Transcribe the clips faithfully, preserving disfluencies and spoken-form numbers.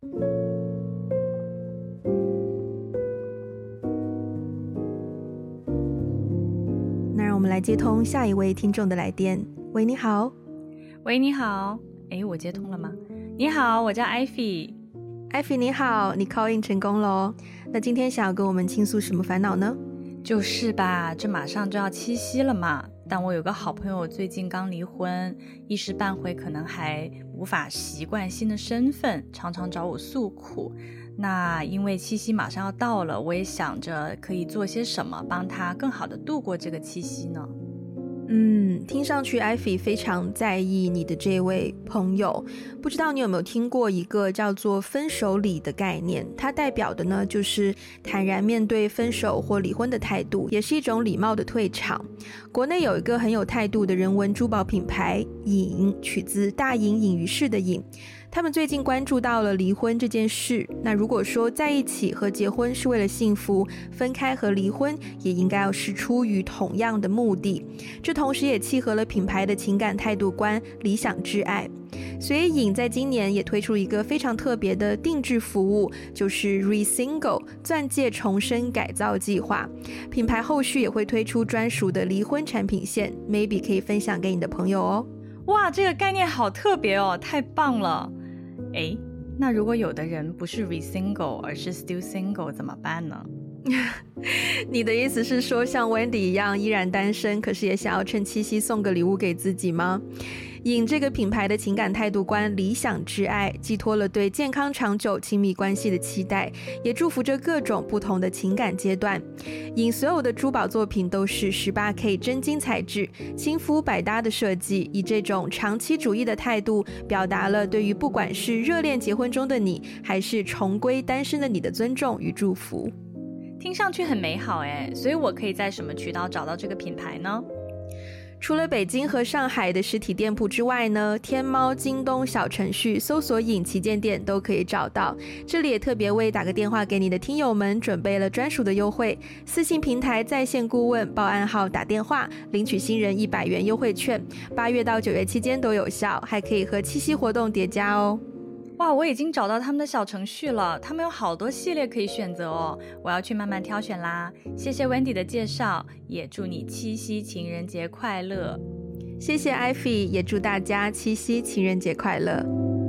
那让我们来接通下一位听众的来电。喂，你好。 喂，你好。诶，我接通了吗？你好，我叫 Ivy。 Ivy 你好，你 call in 成功咯。那今天想要跟我们倾诉什么烦恼呢？ 就是吧，这马上就要七夕了嘛，但我有个好朋友最近刚离婚，一时半会可能还无法习惯新的身份，常常找我诉苦。那因为七夕马上要到了，我也想着可以做些什么帮他更好的度过这个七夕呢。 嗯，听上去 Ivy 非常在意你的这位朋友。不知道你有没有听过一个叫做分手礼的概念，它代表的呢就是坦然面对分手或离婚的态度，也是一种礼貌的退场。国内有一个很有态度的人文珠宝品牌隐，取自大隐隐于市的隐，他们最近关注到了离婚这件事。那如果说在一起和结婚是为了幸福，分开和离婚也应该要是出于同样的目的，这同时也契合了品牌的情感态度观理想挚爱。所以隐在今年也推出一个非常特别的定制服务，就是 Re-Single 钻戒重生改造计划。品牌后续也会推出专属的离婚产品线， maybe 可以分享给你的朋友哦。 哇，这个概念好特别哦，太棒了。诶，那如果有的人不是 Re-Single 而是 Still Single 怎么办呢？ 你的意思是说像 Wendy 一样依然单身，可是也想要趁七夕送个礼物给自己吗？隐这个品牌的情感态度观理想挚爱，寄托了对健康长久亲密关系的期待，也祝福着各种不同的情感阶段。隐所有的珠宝作品都是 十八K 真金材质，亲肤百搭的设计，以这种长期主义的态度表达了对于不管是热恋结婚中的你，还是重归单身的你的尊重与祝福。 听上去很美好诶，所以我可以在什么渠道找到这个品牌呢？ 除了北京和上海的实体店铺之外呢，天猫、京东小程序搜索隐旗舰店都可以找到。这里也特别为打个电话给你的听友们准备了专属的优惠，私信平台在线顾问报暗号打电话领取新人一百元优惠券，八月到九月期间都有效，还可以和七夕活动叠加哦。 哇，我已经找到他们的小程序了，他们有好多系列可以选择哦，我要去慢慢挑选啦。谢谢 Wendy 的介绍，也祝你七夕情人节快乐。 谢谢 Ivy， 也祝大家七夕情人节快乐。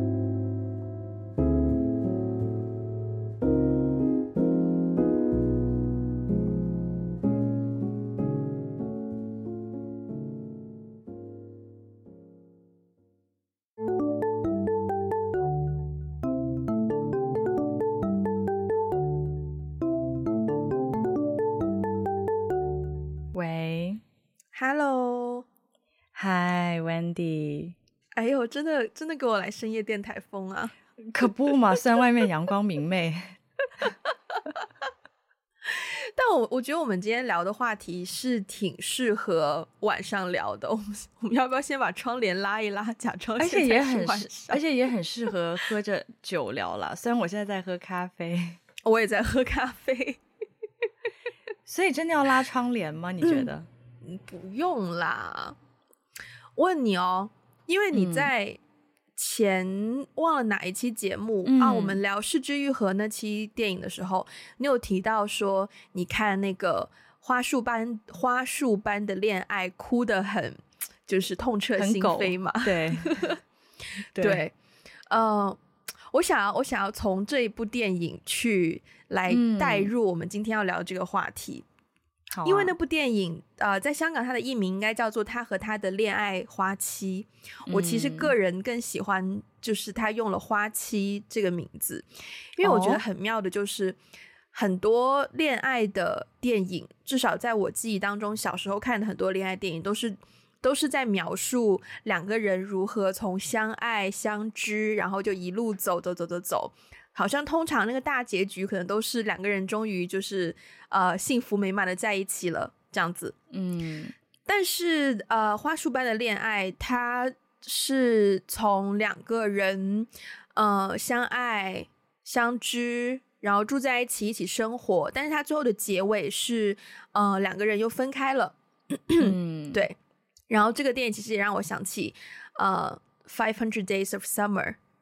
喂 Hello， Hi Wendy。 哎呦，真的真的给我来深夜电台风啊！ 可不嘛，虽然外面阳光明媚但我我觉得我们今天聊的话题是挺适合晚上聊的。我们我们要不要先把窗帘拉一拉，假装而且也很现在是晚上， 而且也很适合喝着酒聊啦。虽然我现在在喝咖啡， 我也在喝咖啡。 所以真的要拉窗帘吗？你觉得？ 嗯，不用啦。问你哦，因为你在前忘了哪一期节目、嗯、啊，我们聊《失之愈合》那期电影的时候，你有提到说你看那个花束般花束般的恋爱哭得很就是痛彻心扉嘛。 对对, 对呃我想要我想要从这一部电影去来带入我们今天要聊这个话题、嗯啊、因为那部电影呃，在香港它的译名应该叫做他和他的恋爱花期、嗯、我其实个人更喜欢就是他用了花期这个名字，因为我觉得很妙的就是很多恋爱的电影，至少在我记忆当中小时候看的很多恋爱电影都是都是在描述两个人如何从相爱相知，然后就一路走走走走走，好像通常那个大结局可能都是两个人终于就是呃幸福美满的在一起了这样子。嗯，但是呃花束般的恋爱它是从两个人呃相爱相知，然后住在一起一起生活，但是它最后的结尾是呃两个人又分开了。嗯，对。然后这个电影其实也让我想起呃 Five Hundred Days of Summer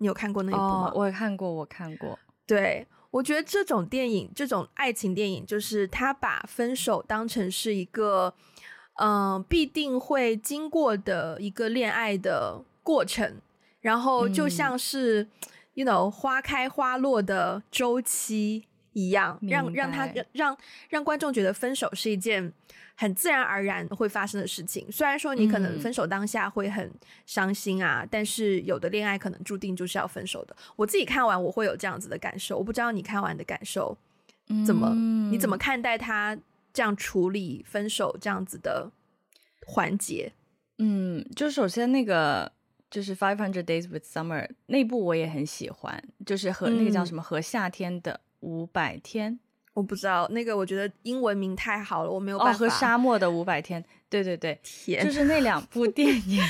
你有看过那一部吗？ 哦，我也看过，我看过。 对，我觉得这种电影，这种爱情电影，就是他把分手当成是一个嗯、呃，必定会经过的一个恋爱的过程，然后就像是、嗯、you know 花开花落的周期一样，让让他让让观众觉得分手是一件很自然而然会发生的事情。虽然说你可能分手当下会很伤心啊、嗯、但是有的恋爱可能注定就是要分手的。我自己看完我会有这样子的感受，我不知道你看完的感受怎么、嗯、你怎么看待他这样处理分手这样子的环节？ 嗯，就首先那个就是five hundred days with summer 那部我也很喜欢，就是和、嗯、那个叫什么和夏天的五百天， 我不知道那个，我觉得英文名太好了，我没有办法。 哦，和沙漠的五百天，对对对， 天， 就是那两部电影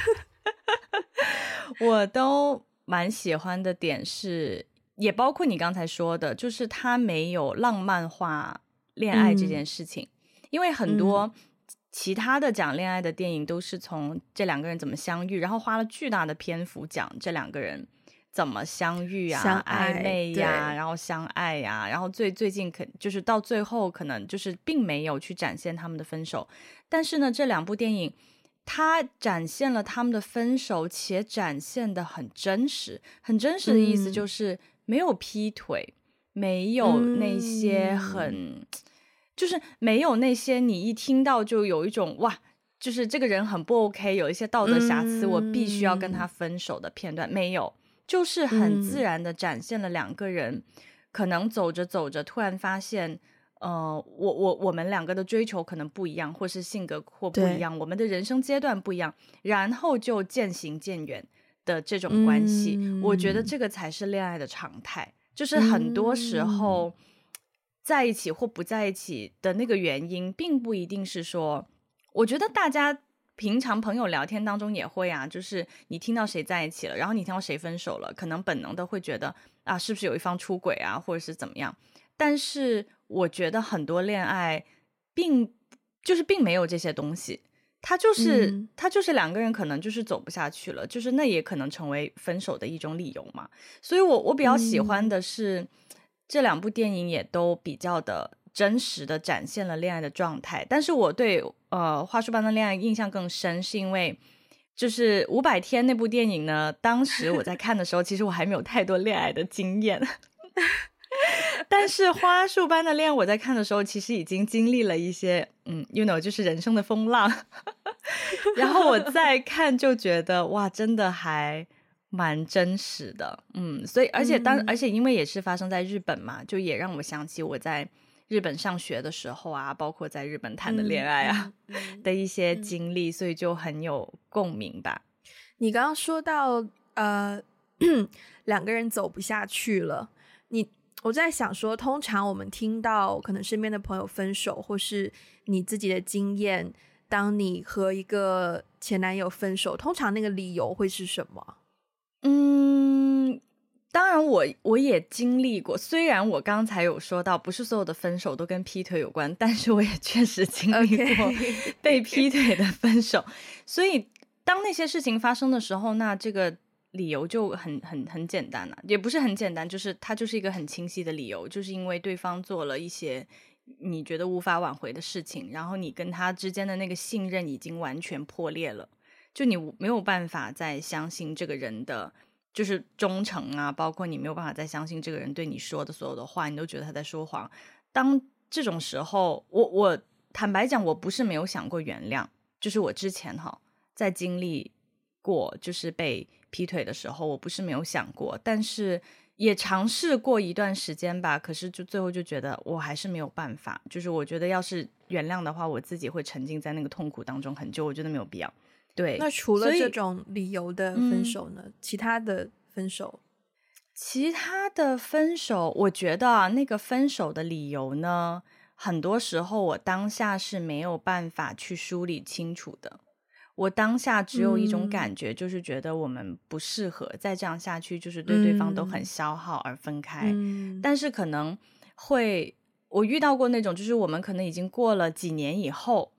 我都蛮喜欢的点是，也包括你刚才说的，就是它没有浪漫化恋爱这件事情、嗯、因为很多其他的讲恋爱的电影都是从这两个人怎么相遇，然后花了巨大的篇幅讲这两个人怎么相遇啊， 相爱暧昧呀，然后相爱呀，然后最最近可就是到最后可能就是并没有去展现他们的分手，但是呢这两部电影它展现了他们的分手，且展现的很真实。很真实的意思就是没有劈腿、嗯、没有那些很、嗯、就是没有那些你一听到就有一种哇就是这个人很不 OK， 有一些道德瑕疵、嗯、我必须要跟他分手的片段，没有，就是很自然的展现了两个人、嗯、可能走着走着突然发现呃，我我我们两个的追求可能不一样，或是性格或不一样，我们的人生阶段不一样，然后就渐行渐远的这种关系、嗯、我觉得这个才是恋爱的常态，就是很多时候、嗯、在一起或不在一起的那个原因并不一定是说，我觉得大家平常朋友聊天当中也会啊，就是你听到谁在一起了，然后你听到谁分手了，可能本能的会觉得啊，是不是有一方出轨啊，或者是怎么样，但是我觉得很多恋爱并就是并没有这些东西，它就是、嗯、它就是两个人可能就是走不下去了，就是那也可能成为分手的一种理由嘛。所以我我比较喜欢的是、嗯、这两部电影也都比较的真实的展现了恋爱的状态，但是我对呃花束般的恋爱印象更深，是因为就是五百天那部电影呢，当时我在看的时候其实我还没有太多恋爱的经验但是花束般的恋爱我在看的时候其实已经经历了一些嗯 you know 就是人生的风浪然后我再看就觉得哇真的还蛮真实的，嗯，所以而且当、嗯、而且因为也是发生在日本嘛，就也让我想起我在日本上学的时候啊，包括在日本谈的恋爱啊、嗯嗯、的一些经历、嗯、所以就很有共鸣吧。 你刚刚说到呃两个人走不下去了，你我在想说通常我们听到可能身边的朋友分手或是你自己的经验，当你和一个前男友分手，通常那个理由会是什么？ 嗯，当然我我也经历过，虽然我刚才有说到不是所有的分手都跟劈腿有关，但是我也确实经历过被劈腿的分手、okay. 所以当那些事情发生的时候，那这个理由就很很很简单了、啊，也不是很简单，就是它就是一个很清晰的理由，就是因为对方做了一些你觉得无法挽回的事情，然后你跟他之间的那个信任已经完全破裂了，就你没有办法再相信这个人的就是忠诚啊，包括你没有办法再相信这个人对你说的所有的话你都觉得他在说谎。当这种时候我我坦白讲我不是没有想过原谅，就是我之前哈在经历过就是被劈腿的时候我不是没有想过，但是也尝试过一段时间吧，可是就最后就觉得我还是没有办法，就是我觉得要是原谅的话我自己会沉浸在那个痛苦当中很久，我觉得没有必要。对， 那除了这种理由的分手呢、嗯、其他的分手其他的分手我觉得啊那个分手的理由呢很多时候我当下是没有办法去梳理清楚的，我当下只有一种感觉、嗯、就是觉得我们不适合再这样下去，就是对对方都很消耗而分开、嗯、但是可能会我遇到过那种就是我们可能已经过了几年以后，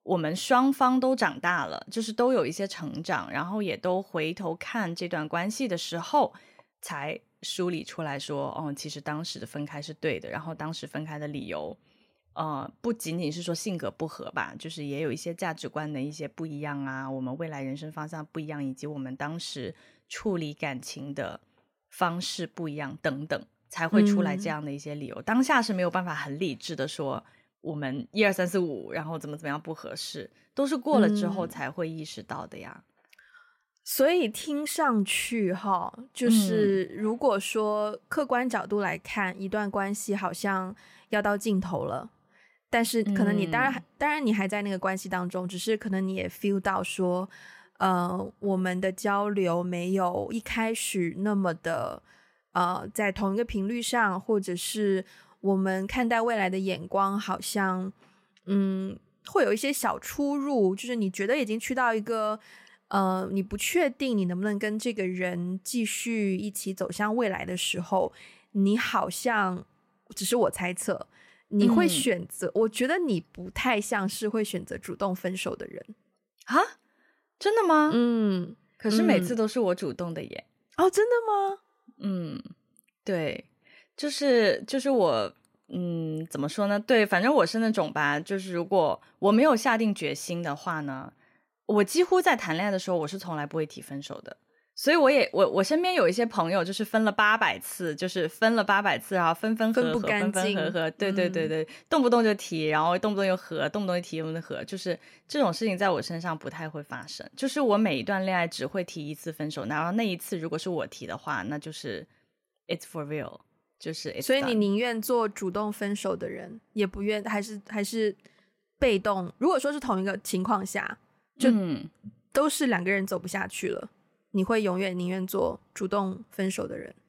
我们双方都长大了，就是都有一些成长，然后也都回头看这段关系的时候才梳理出来说，哦，其实当时的分开是对的，然后当时分开的理由呃，不仅仅是说性格不合吧，就是也有一些价值观的一些不一样啊，我们未来人生方向不一样，以及我们当时处理感情的方式不一样等等，才会出来这样的一些理由、嗯、当下是没有办法很理智的说我们一二三四五然后怎么怎么样不合适，都是过了之后才会意识到的呀、嗯、 所以听上去哈，就是如果说客观角度来看、嗯、一段关系好像要到尽头了，但是可能你当然、嗯、当然你还在那个关系当中，只是可能你也 feel 到说呃，我们的交流没有一开始那么的呃，在同一个频率上，或者是我们看待未来的眼光好像嗯会有一些小出入，就是你觉得已经去到一个呃，你不确定你能不能跟这个人继续一起走向未来的时候，你好像只是我猜测你会选择、嗯、我觉得你不太像是会选择主动分手的人啊？真的吗？ 嗯， 可是每次都是我主动的耶、 嗯、哦，真的吗？ 嗯，对，就是就是我嗯，怎么说呢，对，反正我是那种吧，就是如果我没有下定决心的话呢，我几乎在谈恋爱的时候我是从来不会提分手的。所以我也我我身边有一些朋友就是分了八百次，就是分了八百次，然后分分合合分分合合，对对对对、嗯、动不动就提，然后动不动又合，动不动就提，动不动就合，就是这种事情在我身上不太会发生。就是我每一段恋爱只会提一次分手，然后那一次如果是我提的话，那就是 it's for real， 就是 it's done。 所以你宁愿做主动分手的人，也不愿还是还是被動。如果说是同一个情况下，就都是两个人走不下去了、嗯，你会永远宁愿做主动分手的人？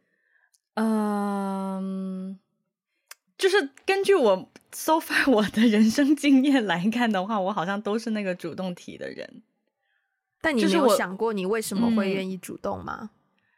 嗯，就是根据我 so far 我的人生经验来看的话，我好像都是那个主动提的人。 但你没有想过你为什么会愿意主动吗？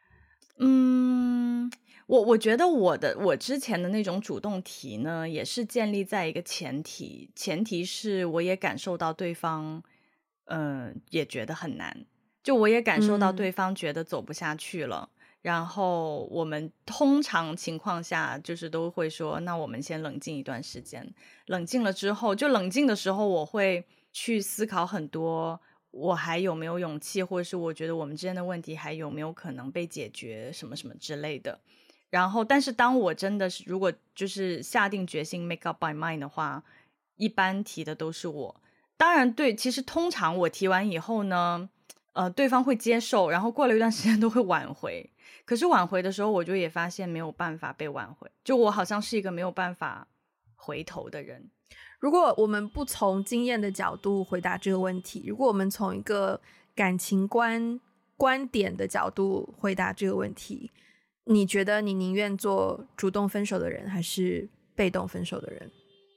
嗯，我我觉得我的我之前的那种主动提呢，也是建立在一个前提，前提是我也感受到对方嗯、呃，也觉得很难，就我也感受到对方觉得走不下去了、嗯、然后我们通常情况下就是都会说那我们先冷静一段时间，冷静了之后，就冷静的时候我会去思考很多我还有没有勇气，或者是我觉得我们之间的问题还有没有可能被解决什么什么之类的。然后但是当我真的是如果就是下定决心 make up my mind 的话，一般提的都是我。当然对，其实通常我提完以后呢呃，对方会接受，然后过了一段时间都会挽回，可是挽回的时候我就也发现没有办法被挽回，就我好像是一个没有办法回头的人。 如果我们不从经验的角度回答这个问题，如果我们从一个感情观观点的角度回答这个问题，你觉得你宁愿做主动分手的人还是被动分手的人？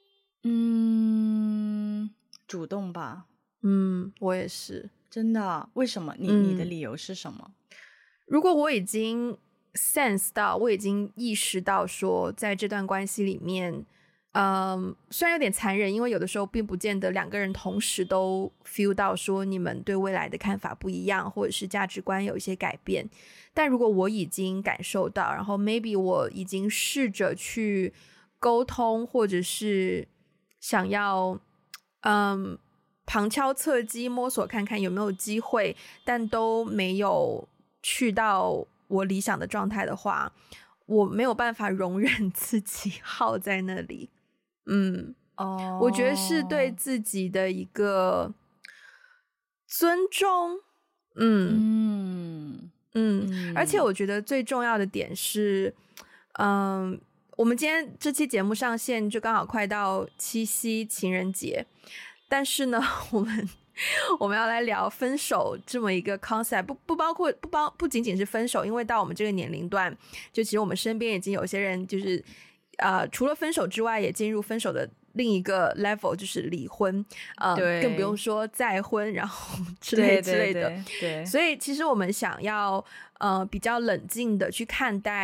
嗯，主动吧。 嗯，我也是。 真的？为什么？你、嗯、你的理由是什么？ 如果我已经 sense 到，我已经意识到说在这段关系里面嗯，虽然有点残忍，因为有的时候并不见得两个人同时都 feel 到说你们对未来的看法不一样，或者是价值观有一些改变，但如果我已经感受到，然后 maybe 我已经试着去沟通，或者是想要嗯旁敲侧击摸索看看有没有机会，但都没有去到我理想的状态的话，我没有办法容忍自己耗在那里。嗯，哦， oh. 我觉得是对自己的一个尊重。嗯嗯嗯，而且我觉得最重要的点是嗯，我们今天这期节目上线就刚好快到七夕情人节，但是呢我们我们要来聊分手这么一个 concept， 不不包括不包不仅仅是分手，因为到我们这个年龄段，就其实我们身边已经有些人就是呃，除了分手之外也进入分手的另一个 level， 就是离婚，呃，更不用说再婚然后之类之类的。对对对对，所以其实我们想要呃比较冷静的去看待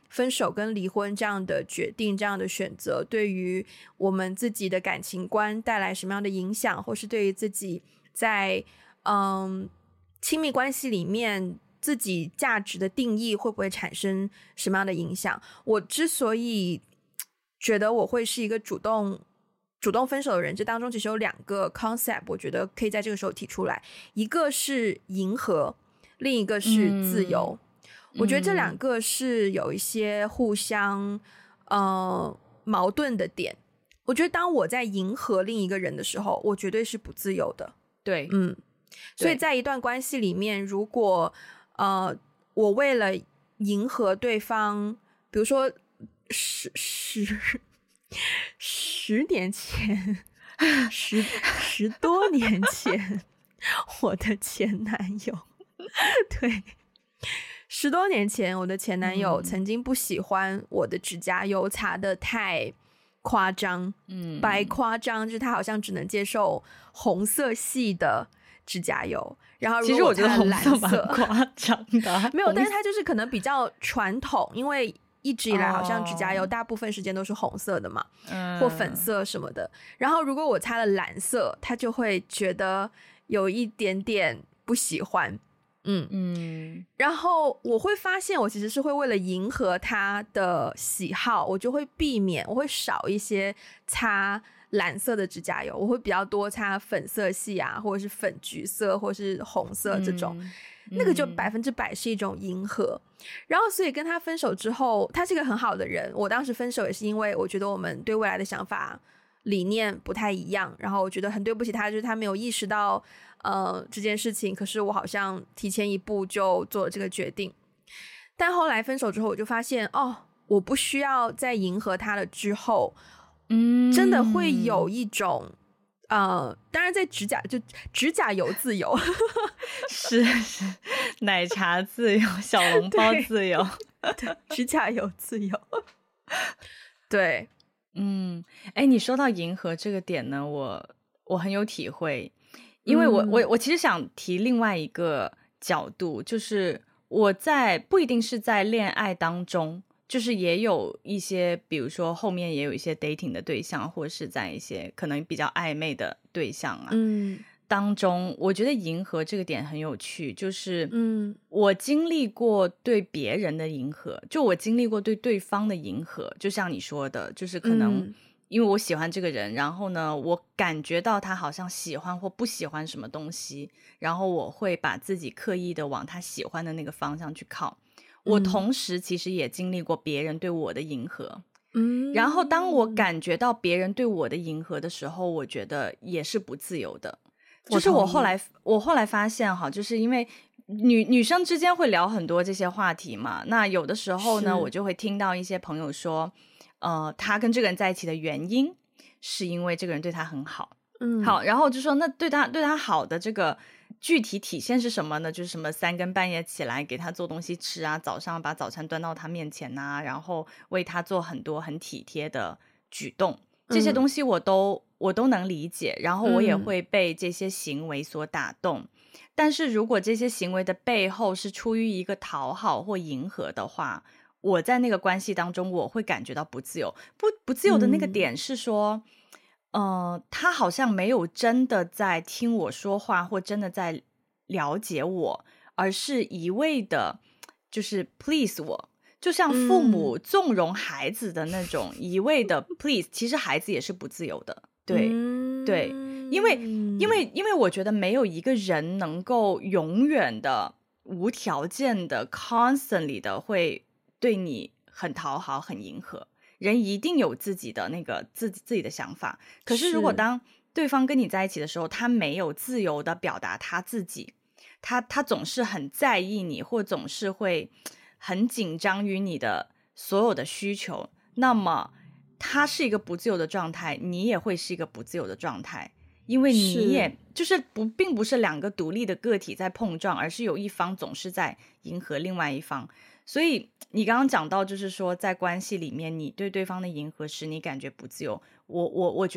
分手跟离婚这样的决定，这样的选择对于我们自己的感情观带来什么样的影响，或是对于自己在嗯亲密关系里面自己价值的定义会不会产生什么样的影响。我之所以觉得我会是一个主动主动分手的人，这当中其实有两个 concept 我觉得可以在这个时候提出来，一个是迎合，另一个是自由、嗯、我觉得这两个是有一些互相呃矛盾的点。我觉得当我在迎合另一个人的时候，我绝对是不自由的。 对， 嗯，所以在一段关系里面，如果呃我为了迎合对方，比如说十十十年前十十多年前我的前男友对十多年前我的前男友曾经不喜欢我的指甲油擦的太夸张，嗯，白夸张，就是他好像只能接受红色系的指甲油，然后如果我擦蓝色， 其实我觉得红色蛮夸张的没有，但是他就是可能比较传统，因为一直以来好像指甲油大部分时间都是红色的嘛、哦、或粉色什么的，然后如果我擦了蓝色，他就会觉得有一点点不喜欢。嗯嗯，然后我会发现我其实是会为了迎合他的喜好，我就会避免，我会少一些擦蓝色的指甲油，我会比较多擦粉色系啊，或者是粉橘色或是红色这种、嗯、那个就百分之百是一种迎合。然后所以跟他分手之后，他是一个很好的人，我当时分手也是因为我觉得我们对未来的想法理念不太一样，然后我觉得很对不起他，就是他没有意识到呃这件事情，可是我好像提前一步就做了这个决定。但后来分手之后我就发现，哦，我不需要再迎合他了，之后嗯，真的会有一种呃，当然在指甲就指甲油自由是是奶茶自由，小笼包自由对，指甲油自由对， 嗯，哎，你说到迎合这个点呢，我我很有体会，因为我、嗯、我我其实想提另外一个角度，就是我在不一定是在恋爱当中，就是也有一些，比如说后面也有一些 dating 的对象，或者是在一些可能比较暧昧的对象啊，嗯，当中，我觉得迎合这个点很有趣，就是嗯，我经历过对别人的迎合，就我经历过对对方的迎合，就像你说的，就是可能因为我喜欢这个人、嗯、然后呢我感觉到他好像喜欢或不喜欢什么东西，然后我会把自己刻意的往他喜欢的那个方向去靠。我同时其实也经历过别人对我的迎合，嗯，然后当我感觉到别人对我的迎合的时候，我觉得也是不自由的。就是我后来我后来发现哈，就是因为女女生之间会聊很多这些话题嘛，那有的时候呢我就会听到一些朋友说呃，他跟这个人在一起的原因是因为这个人对他很好，嗯，好，然后就说那对他对他好的这个具体体现是什么呢？就是什么三更半夜起来给他做东西吃啊，早上把早餐端到他面前啊，然后为他做很多很体贴的举动，这些东西我都、嗯、我都能理解，然后我也会被这些行为所打动、嗯、但是如果这些行为的背后是出于一个讨好或迎合的话，我在那个关系当中我会感觉到不自由。不不自由的那个点是说、嗯、呃，他好像没有真的在听我说话或真的在了解我，而是一味的就是 please 我，就像父母纵容孩子的那种一味的 please、嗯、其实孩子也是不自由的。对、嗯、对，因为因为因为我觉得没有一个人能够永远的无条件的 constantly 的会对你很讨好很迎合，人一定有自己的那个自己自己的想法，可是如果当对方跟你在一起的时候，他没有自由的表达他自己，他他总是很在意你，或总是会很紧张于你的所有的需求，那么他是一个不自由的状态，你也会是一个不自由的状态，因为你也就是不并不是两个独立的个体在碰撞，而是有一方总是在迎合另外一方。所以你刚刚讲到就是说在关系里面你对对方的迎合时你感觉不自由，我我我觉得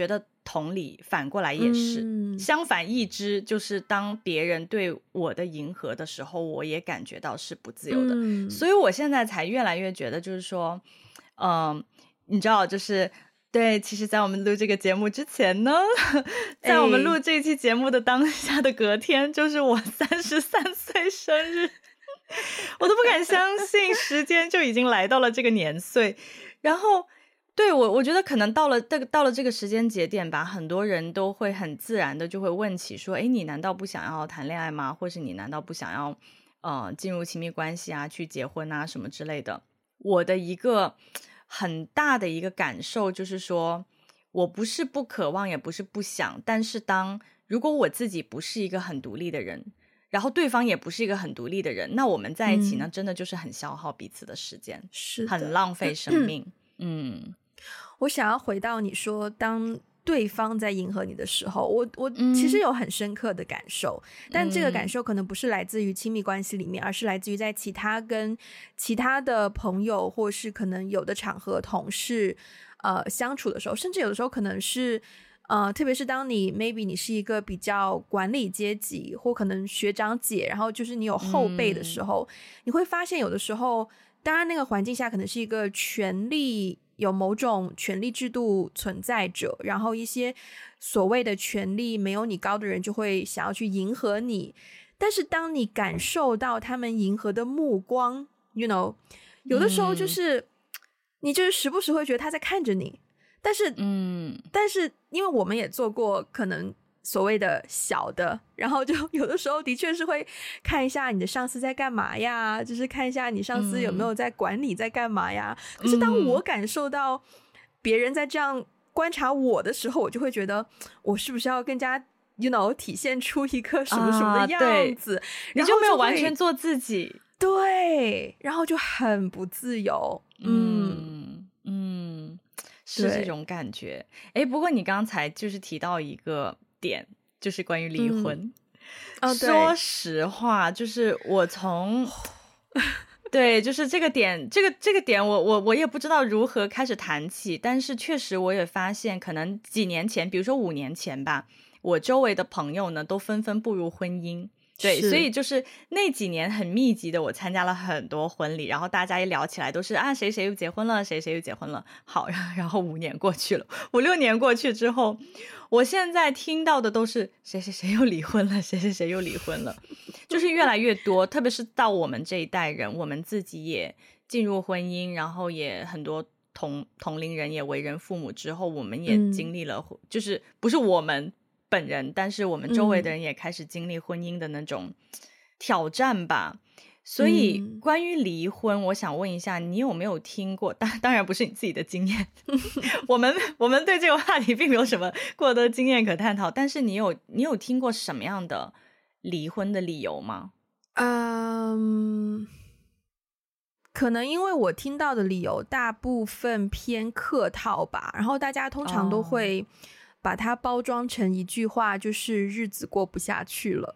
同理反过来也是、 嗯、 相反一之，就是当别人对我的迎合的时候，我也感觉到是不自由的、嗯、所以我现在才越来越觉得就是说嗯、呃，你知道就是对，其实在我们录这个节目之前呢，在我们录这一期节目的当下的隔天就是我三十三岁生日我都不敢相信时间就已经来到了这个年岁。然后对我我觉得可能到了这个到了这个时间节点吧，很多人都会很自然的就会问起说，诶，你难道不想要谈恋爱吗？或是你难道不想要呃进入亲密关系啊，去结婚啊什么之类的。我的一个很大的一个感受就是说，我不是不渴望也不是不想，但是当如果我自己不是一个很独立的人，然后对方也不是一个很独立的人，那我们在一起呢、嗯、真的就是很消耗彼此的时间， 是很浪费生命。嗯， 我想要回到你说当对方在迎合你的时候，我我其实有很深刻的感受、嗯、但这个感受可能不是来自于亲密关系里面、嗯、而是来自于在其他跟其他的朋友或是可能有的场合同事呃相处的时候，甚至有的时候可能是呃，特别是当你 maybe 你是一个比较管理阶级或可能学长姐，然后就是你有后辈的时候、嗯、你会发现有的时候当然那个环境下可能是一个权力有某种权力制度存在着，然后一些所谓的权力没有你高的人就会想要去迎合你，但是当你感受到他们迎合的目光 you know 有的时候就是、嗯、你就是时不时会觉得他在看着你，但是嗯，但是因为我们也做过可能所谓的小的，然后就有的时候的确是会看一下你的上司在干嘛呀，就是看一下你上司有没有在管你在干嘛呀、嗯、可是当我感受到别人在这样观察我的时候，我就会觉得我是不是要更加 you know 体现出一个什么什么的样子、啊、 你就没有完全做自己， 对，然后就很不自由。 嗯嗯，是这种感觉。诶，不过你刚才就是提到一个点，就是关于离婚、嗯哦、说实话就是我从对就是这个点这个这个点我我我也不知道如何开始谈起，但是确实我也发现可能几年前比如说五年前吧，我周围的朋友呢都纷纷步入婚姻，对，所以就是那几年很密集的我参加了很多婚礼，然后大家一聊起来都是啊谁谁又结婚了谁谁又结婚了，好，然后五年过去了，五六年过去之后，我现在听到的都是谁谁谁又离婚了谁谁谁又离婚了就是越来越多特别是到我们这一代人，我们自己也进入婚姻，然后也很多同同龄人也为人父母之后，我们也经历了、嗯、就是不是我们本人，但是我们周围的人也开始经历婚姻的那种挑战吧、嗯、所以关于离婚、嗯、我想问一下你有没有听过，当当然不是你自己的经验我们我们对这个话题并没有什么过多经验可探讨，但是你有你有听过什么样的离婚的理由吗？ 嗯，可能因为我听到的理由大部分偏客套吧，然后大家通常都会、oh.把它包装成一句话，就是日子过不下去了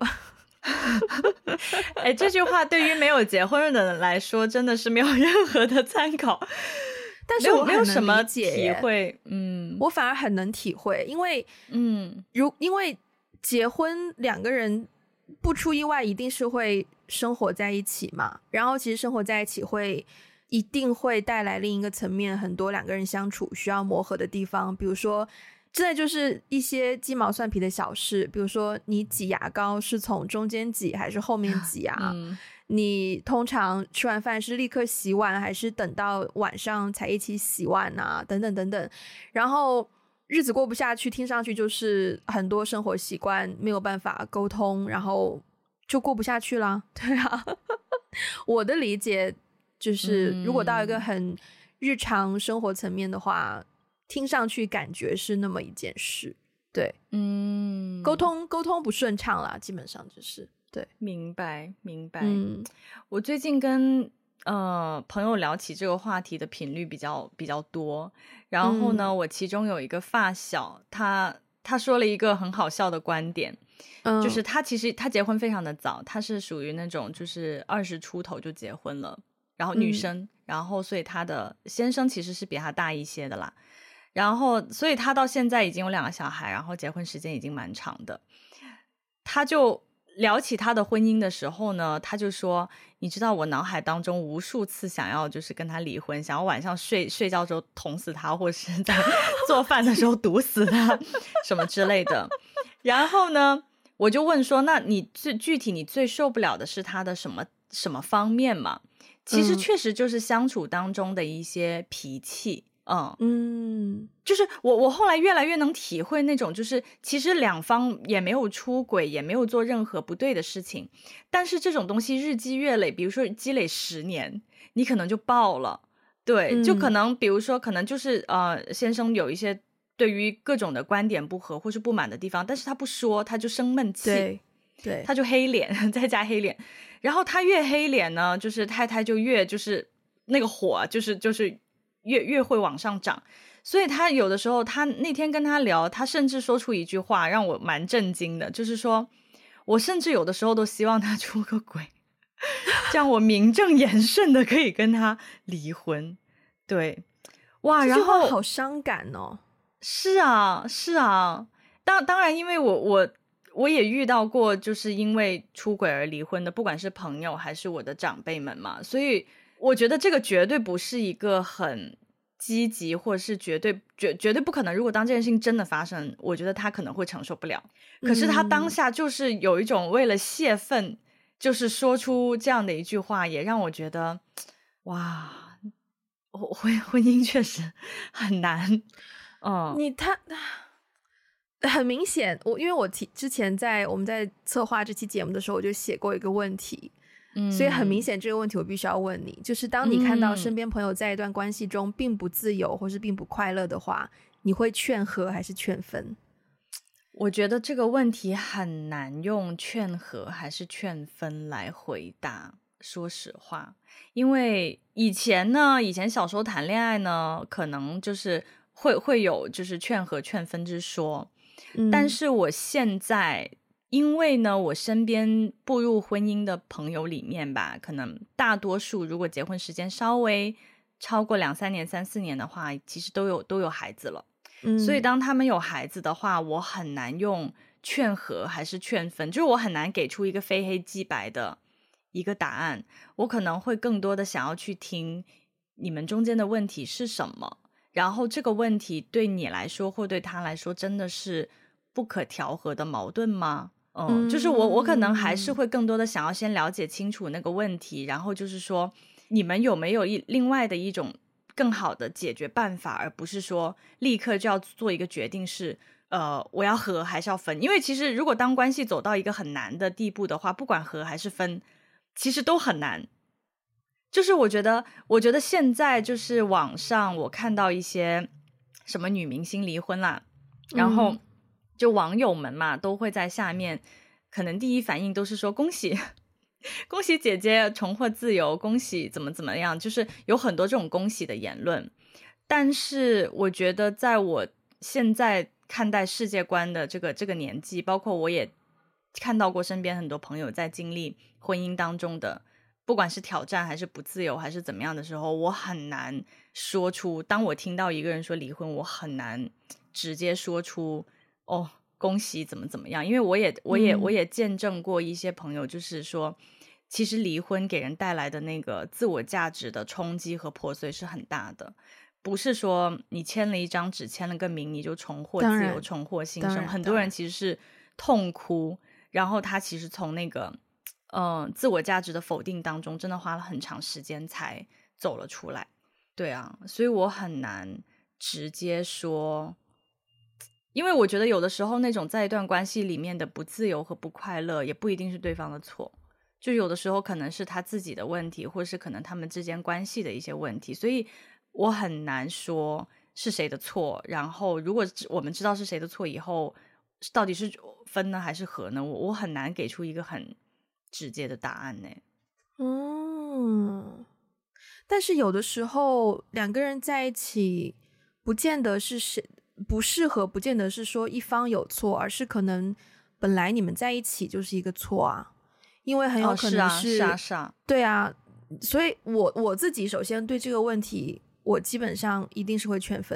哎，这句话对于没有结婚的人来说真的是没有任何的参考， 但是我没有什么体会。嗯， 我反而很能体会，因为嗯，如因为结婚两个人不出意外一定是会生活在一起嘛，然后其实生活在一起会一定会带来另一个层面很多两个人相处需要磨合的地方，比如说真的就是一些鸡毛蒜皮的小事，比如说你挤牙膏是从中间挤还是后面挤啊、嗯、你通常吃完饭是立刻洗碗还是等到晚上才一起洗碗啊，等等等等，然后日子过不下去听上去就是很多生活习惯没有办法沟通，然后就过不下去啦。对啊我的理解就是如果到一个很日常生活层面的话、嗯听上去感觉是那么一件事，对，嗯，沟通沟通不顺畅啦，基本上就是对， 明白明白。嗯，我最近跟呃朋友聊起这个话题的频率比较比较多，然后呢、嗯、我其中有一个发小，他他说了一个很好笑的观点，嗯，就是他其实他结婚非常的早，他是属于那种就是二十出头就结婚了，然后女生、嗯、然后所以他的先生其实是比他大一些的啦。 然后所以他到现在已经有两个小孩，然后结婚时间已经蛮长的。他就聊起他的婚姻的时候呢，他就说你知道我脑海当中无数次想要就是跟他离婚，想要晚上睡睡觉的时候捅死他，或是在做饭的时候毒死他什么之类的。然后呢我就问说那你最具体你最受不了的是他的什么什么方面嘛？其实确实就是相处当中的一些脾气。嗯嗯， 就是我我后来越来越能体会那种就是其实两方也没有出轨，也没有做任何不对的事情，但是这种东西日积月累，比如说积累十年你可能就爆了。对、嗯、就可能比如说可能就是呃先生有一些对于各种的观点不合或是不满的地方，但是他不说他就生闷气， 对对， 他就黑脸再加黑脸，然后他越黑脸呢就是太太就越就是那个火就是就是越越会往上涨。所以他有的时候他那天跟他聊，他甚至说出一句话让我蛮震惊的，就是说我甚至有的时候都希望他出个轨这样我名正言顺的可以跟他离婚。对，哇，然后好伤感哦。 是啊是啊，当当然因为我我我也遇到过就是因为出轨而离婚的，不管是朋友还是我的长辈们嘛，所以我觉得这个绝对不是一个很积极，或者是绝对绝绝对不可能，如果当这件事情真的发生，我觉得他可能会承受不了。可是他当下就是有一种为了泄愤就是说出这样的一句话，也让我觉得哇，婚婚姻确实很难。嗯， 你他很明显，我因为我提之前在我们在策划这期节目的时候，我就写过一个问题，嗯，所以很明显这个问题我必须要问你，就是当你看到身边朋友在一段关系中并不自由或是并不快乐的话，你会劝和还是劝分？ 我觉得这个问题很难用劝和还是劝分来回答，说实话。因为以前呢以前小时候谈恋爱呢可能就是会会有就是劝和劝分之说、嗯、但是我现在因为呢我身边步入婚姻的朋友里面吧，可能大多数如果结婚时间稍微超过两三年三四年的话，其实都有都有孩子了、嗯、所以当他们有孩子的话，我很难用劝和还是劝分，就是我很难给出一个非黑即白的一个答案。我可能会更多的想要去听你们中间的问题是什么，然后这个问题对你来说或对他来说真的是不可调和的矛盾吗？嗯，就是我我可能还是会更多的想要先了解清楚那个问题，然后就是说你们有没有一另外的一种更好的解决办法，而不是说立刻就要做一个决定是呃我要和还是要分。因为其实如果当关系走到一个很难的地步的话，不管和还是分其实都很难。就是我觉得我觉得现在就是网上我看到一些什么女明星离婚啦，然后就网友们嘛都会在下面可能第一反应都是说恭喜恭喜姐姐重获自由，恭喜怎么怎么样，就是有很多这种恭喜的言论。但是我觉得在我现在看待世界观的这个这个年纪，包括我也看到过身边很多朋友在经历婚姻当中的不管是挑战还是不自由还是怎么样的时候，我很难说出，当我听到一个人说离婚，我很难直接说出哦恭喜怎么怎么样。因为我也我也我也见证过一些朋友就是说其实离婚给人带来的那个自我价值的冲击和破碎是很大的，不是说你签了一张纸签了个名你就重获自由重获新生。很多人其实是痛哭，然后他其实从那个嗯，自我价值的否定当中真的花了很长时间才走了出来。对啊，所以我很难直接说，因为我觉得有的时候那种在一段关系里面的不自由和不快乐也不一定是对方的错，就有的时候可能是他自己的问题，或是可能他们之间关系的一些问题，所以我很难说是谁的错。然后如果我们知道是谁的错以后，到底是分呢还是和呢，我我很难给出一个很直接的答案呢。 嗯，但是有的时候两个人在一起不见得是谁不适合，不见得是说一方有错，而是可能本来你们在一起就是一个错啊，因为很有可能是、 哦、是啊是啊是啊， 对啊，所以我我自己首先对这个问题我基本上一定是会劝分的。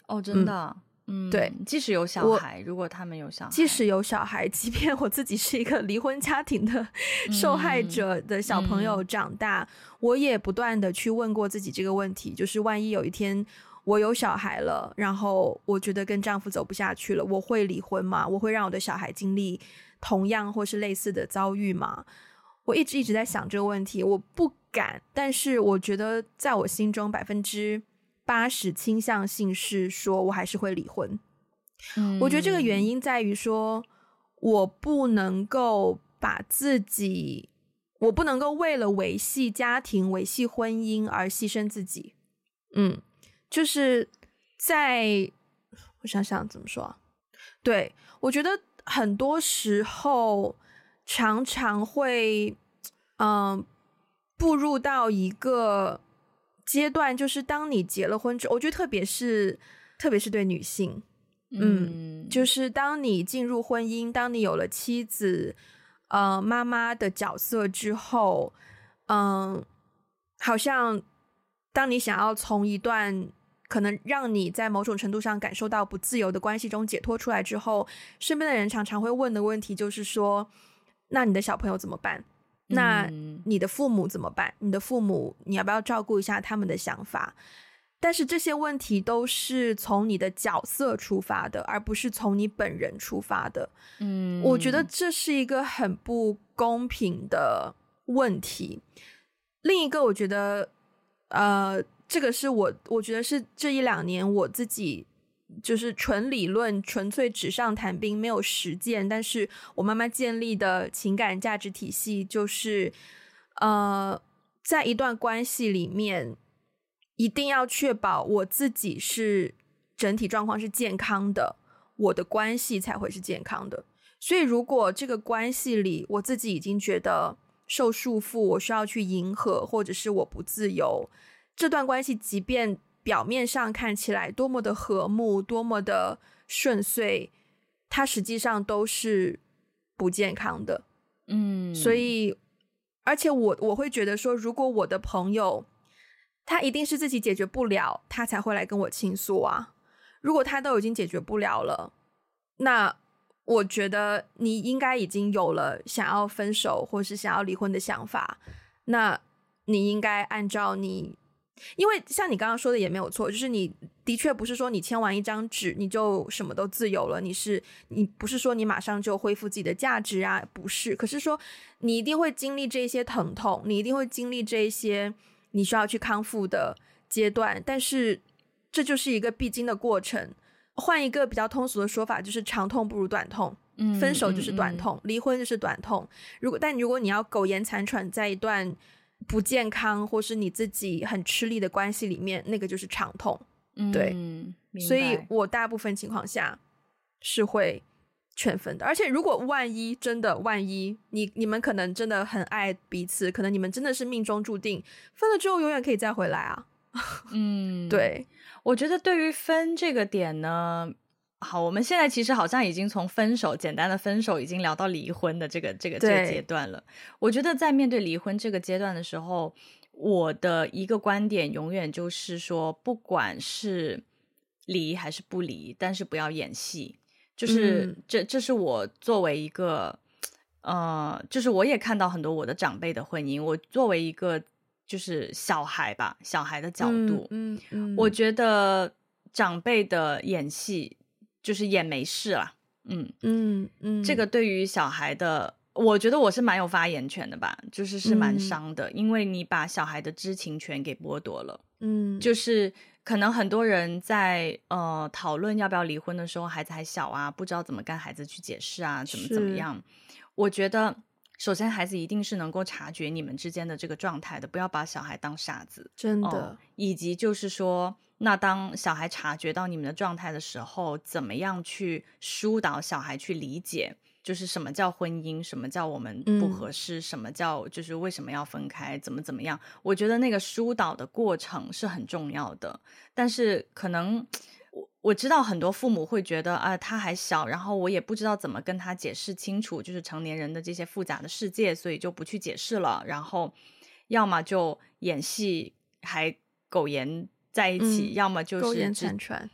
哦，真的。嗯嗯，对， 即使有小孩，如果他们有小孩， 即使有小孩，即便我自己是一个离婚家庭的受害者的小朋友长大，嗯、我也不断的去问过自己这个问题，就是万一有一天我有小孩了，然后我觉得跟丈夫走不下去了，我会离婚吗？我会让我的小孩经历同样或是类似的遭遇吗？我一直一直在想这个问题，我不敢，但是我觉得在我心中百分之八十倾向性是说我还是会离婚。嗯，我觉得这个原因在于说我不能够把自己我不能够为了维系家庭维系婚姻而牺牲自己。嗯，就是在我想想怎么说啊，对，我觉得很多时候常常会嗯、呃、步入到一个阶段，就是当你结了婚之后，我觉得特别是特别是对女性，嗯, 嗯，就是当你进入婚姻，当你有了妻子呃妈妈的角色之后，嗯，好像当你想要从一段可能让你在某种程度上感受到不自由的关系中解脱出来之后，身边的人常常会问的问题就是说，那你的小朋友怎么办？那你的父母怎么办？你的父母你要不要照顾一下他们的想法？但是这些问题都是从你的角色出发的，而不是从你本人出发的。嗯，我觉得这是一个很不公平的问题。另一个我觉得呃，这个是我我觉得是这一两年我自己就是纯理论纯粹纸上谈兵没有实践，但是我慢慢建立的情感价值体系就是呃，在一段关系里面一定要确保我自己是整体状况是健康的，我的关系才会是健康的。所以如果这个关系里我自己已经觉得受束缚，我需要去迎合，或者是我不自由，这段关系即便表面上看起来多么的和睦多么的顺遂，它实际上都是不健康的。嗯，所以而且我我会觉得说，如果我的朋友他一定是自己解决不了，他才会来跟我倾诉啊。如果他都已经解决不了了，那我觉得你应该已经有了想要分手或是想要离婚的想法，那你应该按照你，因为像你刚刚说的也没有错，就是你的确不是说你签完一张纸你就什么都自由了，你是你不是说你马上就恢复自己的价值啊，不是，可是说你一定会经历这些疼痛，你一定会经历这些你需要去康复的阶段，但是这就是一个必经的过程。换一个比较通俗的说法，就是长痛不如短痛。嗯，分手就是短痛，嗯嗯、离婚就是短痛。如果但如果你要苟延残喘在一段不健康或是你自己很吃力的关系里面，那个就是长痛。嗯，对，所以我大部分情况下是会劝分的。而且如果万一真的万一你你们可能真的很爱彼此，可能你们真的是命中注定，分了之后永远可以再回来啊。嗯，对， 我觉得对于分这个点呢，好，我们现在其实好像已经从分手简单的分手已经聊到离婚的这个这个这个阶段了。我觉得在面对离婚这个阶段的时候，我的一个观点永远就是说，不管是离还是不离，但是不要演戏。就是、嗯、这这是我作为一个呃，就是我也看到很多我的长辈的婚姻，我作为一个就是小孩吧，小孩的角度，嗯嗯嗯、我觉得长辈的演戏就是演没事啦，嗯嗯嗯，这个对于小孩的，我觉得我是蛮有发言权的吧，就是是蛮伤的、嗯、因为你把小孩的知情权给剥夺了。嗯，就是可能很多人在呃讨论要不要离婚的时候，孩子还小啊，不知道怎么跟孩子去解释啊，怎么怎么样。我觉得首先孩子一定是能够察觉你们之间的这个状态的，不要把小孩当傻子， 真的、 呃、以及就是说，那当小孩察觉到你们的状态的时候，怎么样去疏导小孩去理解，就是什么叫婚姻，什么叫我们不合适、嗯、什么叫就是为什么要分开，怎么怎么样。我觉得那个疏导的过程是很重要的，但是可能我我知道很多父母会觉得啊，他还小，然后我也不知道怎么跟他解释清楚就是成年人的这些复杂的世界，所以就不去解释了，然后要么就演戏还苟延在一起、嗯、要么就是苟延残喘。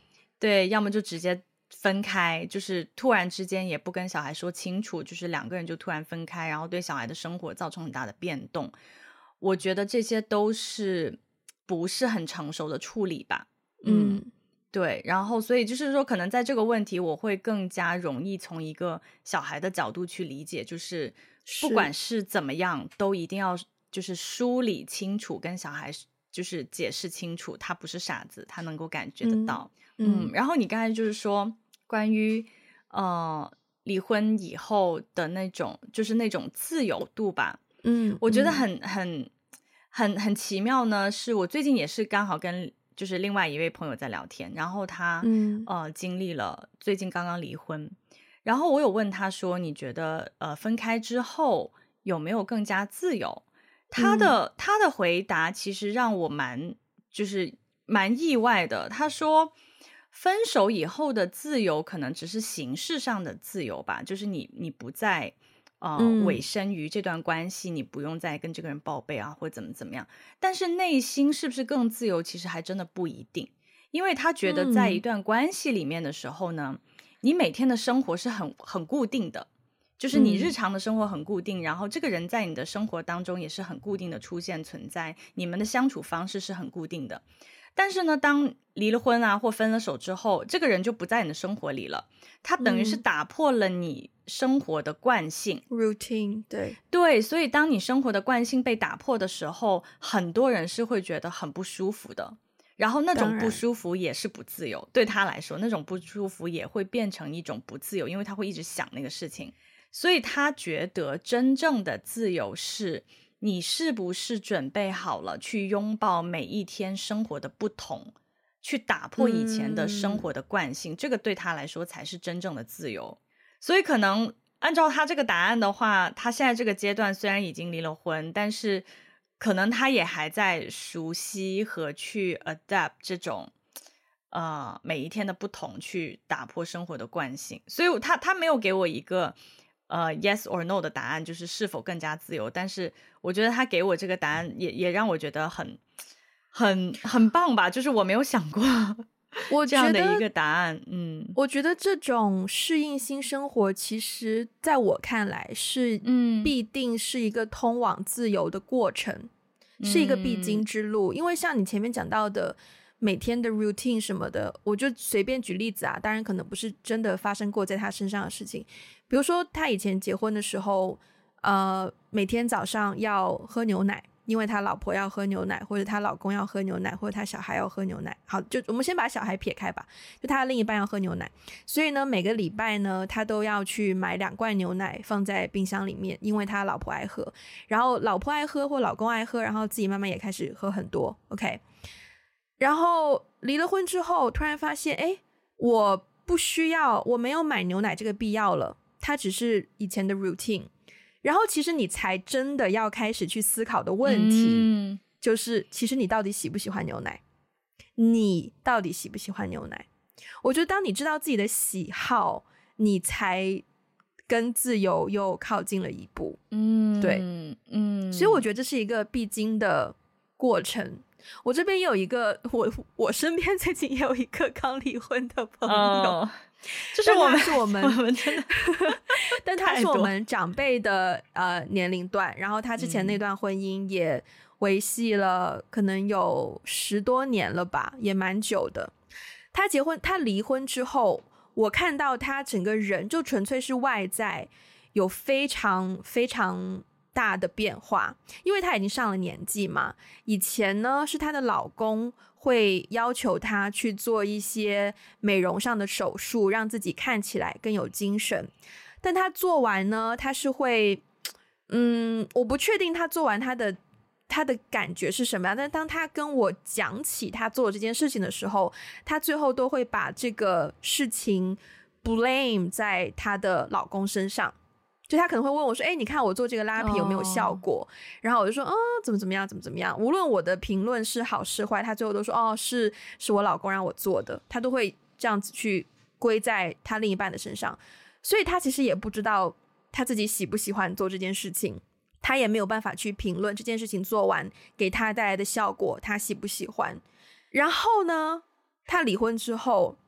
对，要么就直接分开，就是突然之间也不跟小孩说清楚，就是两个人就突然分开，然后对小孩的生活造成很大的变动。我觉得这些都是不是很成熟的处理吧。嗯，嗯对，然后所以就是说可能在这个问题我会更加容易从一个小孩的角度去理解，就是不管是怎么样都一定要就是梳理清楚，跟小孩就是解释清楚，他不是傻子，他能够感觉得到。嗯, 嗯然后你刚才就是说关于呃离婚以后的那种就是那种自由度吧。 嗯， 我觉得很很很很奇妙呢，是我最近也是刚好跟就是另外一位朋友在聊天，然后他、 嗯、 呃经历了最近刚刚离婚，然后我有问他说你觉得呃分开之后有没有更加自由，他的、嗯、他的回答其实让我蛮就是蛮意外的。他说分手以后的自由可能只是形式上的自由吧，就是你你不再呃， 嗯、 委身于这段关系，你不用再跟这个人报备啊，或者怎么怎么样。但是内心是不是更自由，其实还真的不一定。因为他觉得在一段关系里面的时候呢、嗯、你每天的生活是很很固定的，就是你日常的生活很固定、嗯、然后这个人在你的生活当中也是很固定的出现存在，你们的相处方式是很固定的。但是呢当离了婚啊或分了手之后，这个人就不在你的生活里了，他等于是打破了你生活的惯性、 嗯、routine。 对对，所以当你生活的惯性被打破的时候，很多人是会觉得很不舒服的，然后那种不舒服也是不自由，对他来说那种不舒服也会变成一种不自由，因为他会一直想那个事情。所以他觉得真正的自由是你是不是准备好了去拥抱每一天生活的不同，去打破以前的生活的惯性、嗯、这个对他来说才是真正的自由。所以可能按照他这个答案的话，他现在这个阶段虽然已经离了婚，但是可能他也还在熟悉和去 adapt 这种呃每一天的不同，去打破生活的惯性。所以他他没有给我一个呃 yes or no 的答案，就是是否更加自由，但是我觉得他给我这个答案也也让我觉得很很很棒吧，就是我没有想过我这样的一个答案。嗯， 我觉得这种适应新生活其实在我看来是嗯，必定是一个通往自由的过程、嗯、是一个必经之路。因为像你前面讲到的每天的 routine 什么的，我就随便举例子啊，当然可能不是真的发生过在他身上的事情。比如说他以前结婚的时候呃，每天早上要喝牛奶，因为他老婆要喝牛奶，或者他老公要喝牛奶，或者他小孩要喝牛奶。好，就我们先把小孩撇开吧，就他的另一半要喝牛奶，所以呢每个礼拜呢他都要去买两罐牛奶放在冰箱里面，因为他老婆爱喝，然后老婆爱喝或老公爱喝，然后自己慢慢也开始喝很多。 OK， 然后离了婚之后突然发现诶，我不需要，我没有买牛奶这个必要了，它只是以前的 routine。然后其实你才真的要开始去思考的问题、嗯、就是其实你到底喜不喜欢牛奶，你到底喜不喜欢牛奶。我觉得当你知道自己的喜好，你才跟自由又靠近了一步。嗯，对，嗯，所以我觉得这是一个必经的过程。我这边也有一个我我身边最近也有一个刚离婚的朋友、哦， 就是我们是我们我们真的但他是我们长辈的呃年龄段，然后他之前那段婚姻也维系了可能有十多年了吧，也蛮久的。他结婚他离婚之后，我看到他整个人就纯粹是外在有非常非常大的变化，因为她已经上了年纪嘛。以前呢是她的老公会要求她去做一些美容上的手术，让自己看起来更有精神，但她做完呢，她是会嗯，我不确定她做完她的她的感觉是什么样，但当她跟我讲起她做这件事情的时候，她最后都会把这个事情 blame 在她的老公身上。就他可能会问我说，哎，你看我做这个拉皮有没有效果、oh. 然后我就说，哦，怎么怎么样怎么怎么样，无论我的评论是好是坏，他最后都说，哦，是是我老公让我做的，他都会这样子去归在他另一半的身上。所以他其实也不知道他自己喜不喜欢做这件事情，他也没有办法去评论这件事情做完给他带来的效果他喜不喜欢。然后呢他离婚之后，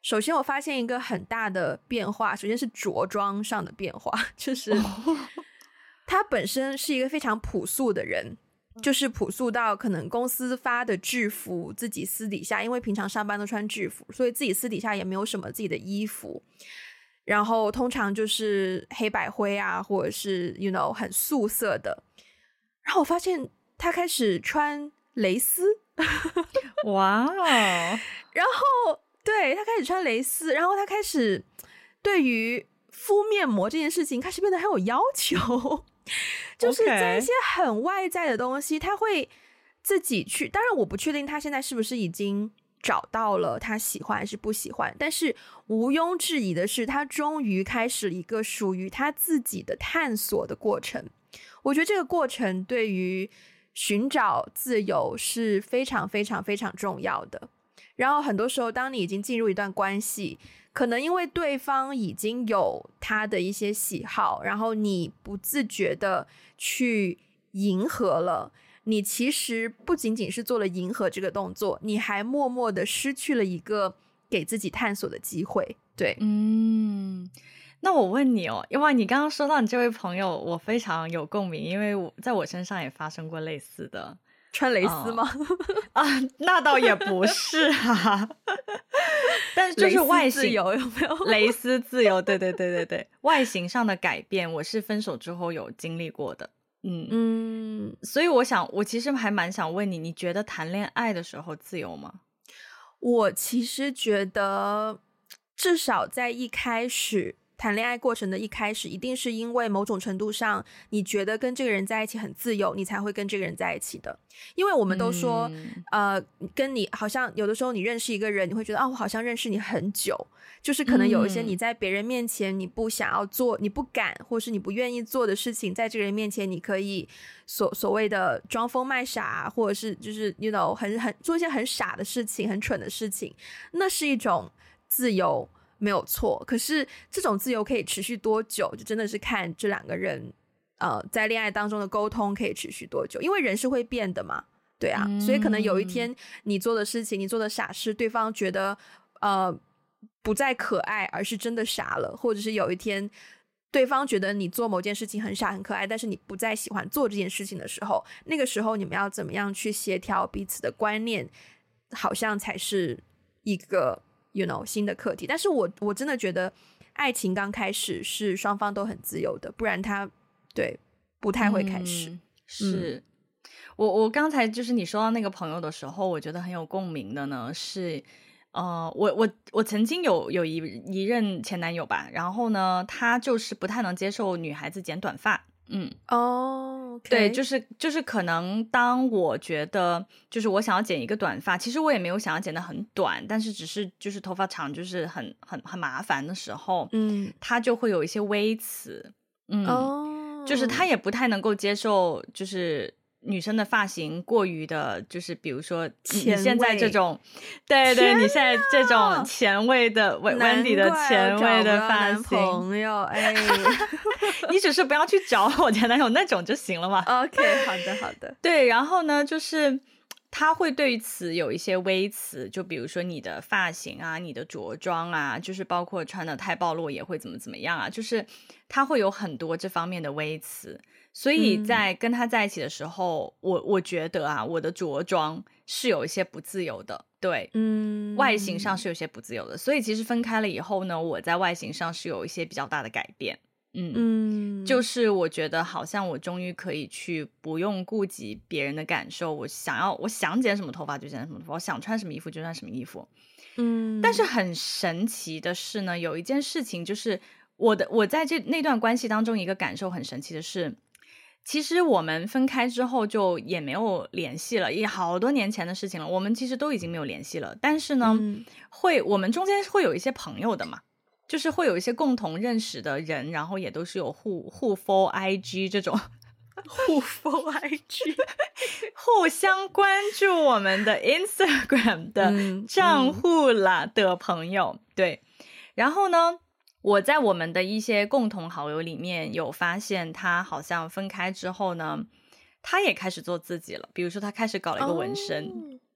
首先我发现一个很大的变化，首先是着装上的变化，就是他本身是一个非常朴素的人，就是朴素到可能公司发的制服，自己私底下因为平常上班都穿制服，所以自己私底下也没有什么自己的衣服，然后通常就是黑白灰啊，或者是 you know 很素色的。然后我发现他开始穿蕾丝哇哦然后对，他开始穿蕾丝，然后他开始对于敷面膜这件事情开始变得很有要求就是在一些很外在的东西、okay. 他会自己去，当然我不确定他现在是不是已经找到了他喜欢还是不喜欢，但是毋庸置疑的是他终于开始了一个属于他自己的探索的过程。我觉得这个过程对于寻找自由是非常非常非常重要的。然后很多时候当你已经进入一段关系，可能因为对方已经有他的一些喜好，然后你不自觉的去迎合了，你其实不仅仅是做了迎合这个动作，你还默默的失去了一个给自己探索的机会。对， 嗯，那我问你哦，因为你刚刚说到你这位朋友，我非常有共鸣，因为我在我身上也发生过类似的。 穿蕾丝吗？ 啊、呃，那倒也不是啊，但是就是外形自由有没有？ 蕾丝自由，对对对对对，外形上的改变，我是分手之后有经历过的。嗯嗯，所以我想，我其实还蛮想问你，你觉得谈恋爱的时候自由吗？ 我其实觉得，至少在一开始。谈恋爱过程的一开始，一定是因为某种程度上你觉得跟这个人在一起很自由，你才会跟这个人在一起的。因为我们都说、嗯、呃，跟你好像有的时候你认识一个人，你会觉得啊，我好像认识你很久，就是可能有一些你在别人面前你不想要做、你不敢或是你不愿意做的事情，在这个人面前你可以所所谓的装疯卖傻，或者是就是 you know 很很做一些很傻的事情、很蠢的事情，那是一种自由。没有错，可是这种自由可以持续多久，就真的是看这两个人呃在恋爱当中的沟通可以持续多久，因为人是会变的嘛，对啊、嗯、所以可能有一天你做的事情你做的傻事，对方觉得呃不再可爱而是真的傻了，或者是有一天对方觉得你做某件事情很傻很可爱，但是你不再喜欢做这件事情的时候，那个时候你们要怎么样去协调彼此的观念，好像才是一个You know 新的课题。但是我我真的觉得爱情刚开始是双方都很自由的，不然他对不太会开始、 嗯、是、嗯、我我刚才就是你说到那个朋友的时候，我觉得很有共鸣的呢是呃，我我我曾经有有一一任前男友吧，然后呢他就是不太能接受女孩子剪短发。嗯哦、oh, okay. 对，就是就是可能当我觉得就是我想要剪一个短发，其实我也没有想要剪得很短，但是只是就是头发长就是很很很麻烦的时候， 嗯， 他就会有一些微词，嗯，哦、oh. 就是他也不太能够接受就是女生的发型过于的就是比如说你现在这种对对，你现在这种前卫的 Wendy 的前卫的发型， 朋友哎你只是不要去找我前男友那种就行了嘛。 OK 好的好的。 对，然后呢就是他会对于此有一些微词，就比如说你的发型啊，你的着装啊，就是包括穿的太暴露也会怎么怎么样啊，就是他会有很多这方面的微词。所以在跟他在一起的时候、嗯、我我觉得啊，我的着装是有一些不自由的，对， 嗯， 外形上是有些不自由的。所以其实分开了以后呢，我在外形上是有一些比较大的改变。嗯嗯， 就是我觉得好像我终于可以去不用顾及别人的感受，我想要我想剪什么头发就剪什么头发，我想穿什么衣服就穿什么衣服。 嗯， 但是很神奇的是呢，有一件事情就是我的我在这那段关系当中一个感受很神奇的是，其实我们分开之后就也没有联系了，也好多年前的事情了，我们其实都已经没有联系了。但是呢、嗯、会我们中间会有一些朋友的嘛，就是会有一些共同认识的人，然后也都是有互互 follow I G 这种互 follow I G 互相关注我们的 Instagram 的账户啦、嗯嗯、的朋友。对，然后呢我在我们的一些共同好友里面有发现他好像分开之后呢，他也开始做自己了，比如说他开始搞了一个纹身、oh.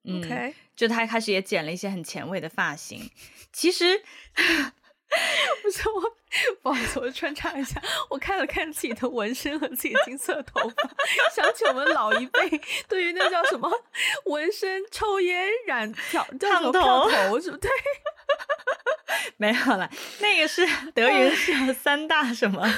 嗯 OK， 就他开始也剪了一些很前卫的发型。其实不是我，不好意思，我穿插一下，我看了看自己的纹身和自己金色头发，想起我们老一辈对于那叫什么纹身、抽烟、染漂烫头头，是不对？ 没有了，那个是德云社三大什么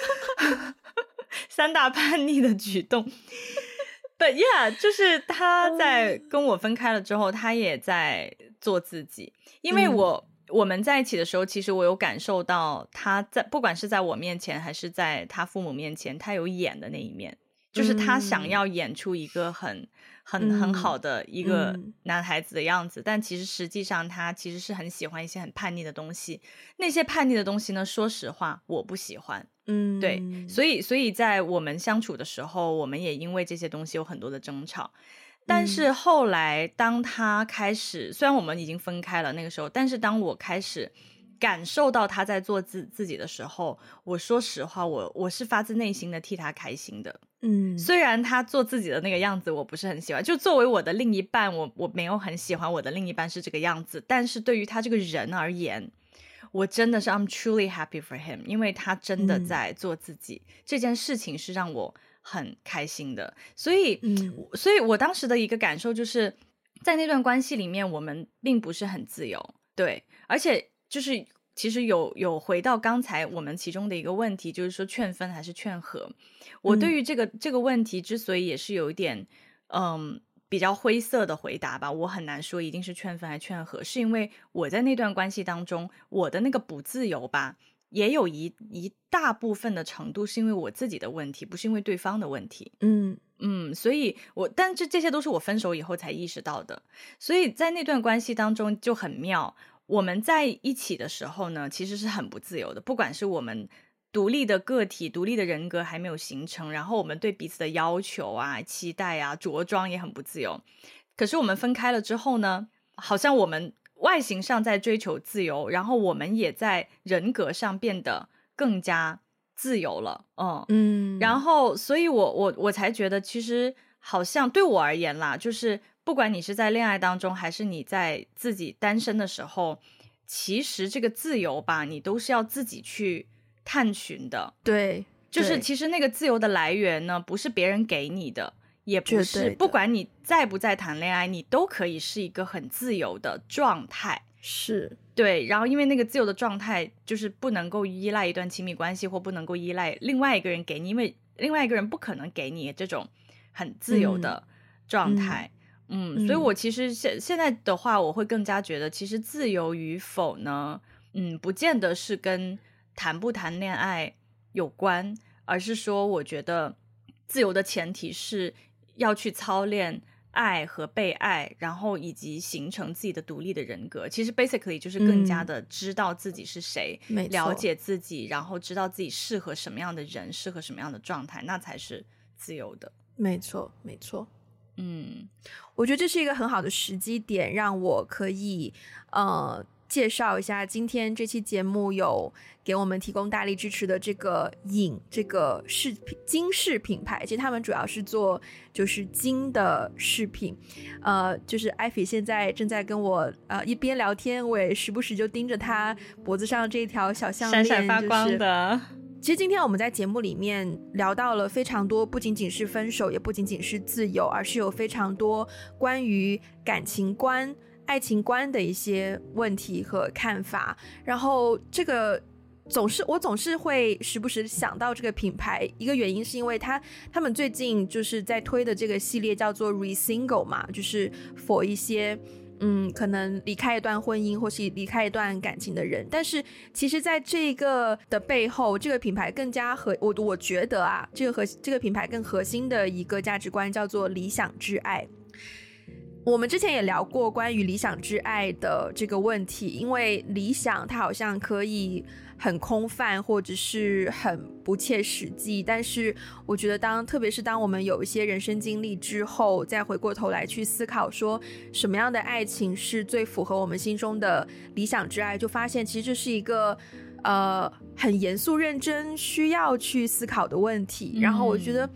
三大叛逆的举动。But yeah， 就是他在跟我分开了之后，他也在做自己。因为我、嗯、我们在一起的时候，其实我有感受到他在不管是在我面前还是在他父母面前，他有演的那一面，就是他想要演出一个很很很好的一个男孩子的样子、嗯、但其实实际上他其实是很喜欢一些很叛逆的东西。那些叛逆的东西呢，说实话我不喜欢。 嗯， 对，所以所以在我们相处的时候，我们也因为这些东西有很多的争吵。但是后来当他开始，虽然我们已经分开了那个时候，但是当我开始感受到他在做自自己的时候，我说实话，我我是发自内心的替他开心的。 嗯， 虽然他做自己的那个样子我不是很喜欢，就作为我的另一半，我我没有很喜欢我的另一半是这个样子，但是对于他这个人而言，我真的是 I'm truly happy for him， 因为他真的在做自己、嗯、这件事情是让我很开心的。所以、嗯、所以我当时的一个感受就是在那段关系里面我们并不是很自由。对，而且就是其实有有回到刚才我们其中的一个问题，就是说劝分还是劝和。我对于这个、嗯、这个问题之所以也是有一点嗯比较灰色的回答吧，我很难说一定是劝分还劝和，是因为我在那段关系当中，我的那个不自由吧，也有一一大部分的程度是因为我自己的问题，不是因为对方的问题。 嗯嗯，所以我但这这些都是我分手以后才意识到的。所以在那段关系当中就很妙，我们在一起的时候呢，其实是很不自由的，不管是我们独立的个体，独立的人格还没有形成，然后我们对彼此的要求啊、期待啊、着装也很不自由。可是我们分开了之后呢，好像我们外形上在追求自由，然后我们也在人格上变得更加自由了。嗯嗯，然后所以我我我才觉得，其实好像对我而言啦，就是不管你是在恋爱当中，还是你在自己单身的时候，其实这个自由吧，你都是要自己去探寻的。 对， 就是其实那个自由的来源呢，不是别人给你的，也不是，不管你在不在谈恋爱，你都可以是一个很自由的状态。 是， 对，然后因为那个自由的状态就是不能够依赖一段亲密关系，或不能够依赖另外一个人给你，因为另外一个人不可能给你这种很自由的状态。嗯, 嗯, 嗯所以我其实现现在的话，我会更加觉得其实自由与否呢，嗯，不见得是跟谈不谈恋爱有关，而是说我觉得自由的前提是要去操练爱和被爱，然后以及形成自己的独立的人格。其实 basically 就是更加的知道自己是谁、嗯、了解自己，然后知道自己适合什么样的人，适合什么样的状态，那才是自由的。 没错没错。 嗯， 我觉得这是一个很好的时机点，让我可以呃介绍一下今天这期节目有给我们提供大力支持的这个影这个饰品金饰品牌。其实他们主要是做就是金的饰品，呃，就是艾菲现在正在跟我呃一边聊天，我也时不时就盯着他脖子上这一条小项链， 闪闪发光的。 就是其实今天我们在节目里面聊到了非常多，不仅仅是分手，也不仅仅是自由，而是有非常多关于感情观、爱情观的一些问题和看法。然后这个总是我总是会时不时想到这个品牌，一个原因是因为他他们最近就是在推的这个系列叫做 Re-Single 嘛，就是 for 一些嗯，可能离开一段婚姻或是离开一段感情的人。但是其实在这个的背后，这个品牌更加核我我觉得啊，这个核这个品牌更核心的一个价值观叫做理想之爱。我们之前也聊过关于理想之爱的这个问题，因为理想它好像可以很空泛或者是很不切实际，但是我觉得当特别是当我们有一些人生经历之后，再回过头来去思考说什么样的爱情是最符合我们心中的理想之爱，就发现其实这是一个呃很严肃认真需要去思考的问题。然后我觉得